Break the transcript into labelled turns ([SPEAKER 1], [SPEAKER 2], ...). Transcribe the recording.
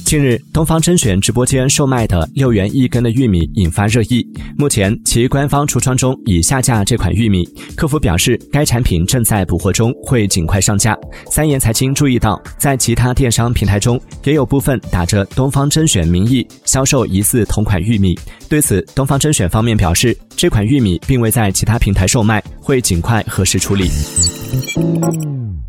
[SPEAKER 1] 近日，东方甄选直播间售卖的6元1根的玉米引发热议。目前，其官方橱窗中已下架这款玉米。客服表示，该产品正在补货中，会尽快上架。三言财经注意到，在其他电商平台中，也有部分打着东方甄选名义销售疑似同款玉米。对此，东方甄选方面表示，这款玉米并未在其他平台售卖，会尽快核实处理。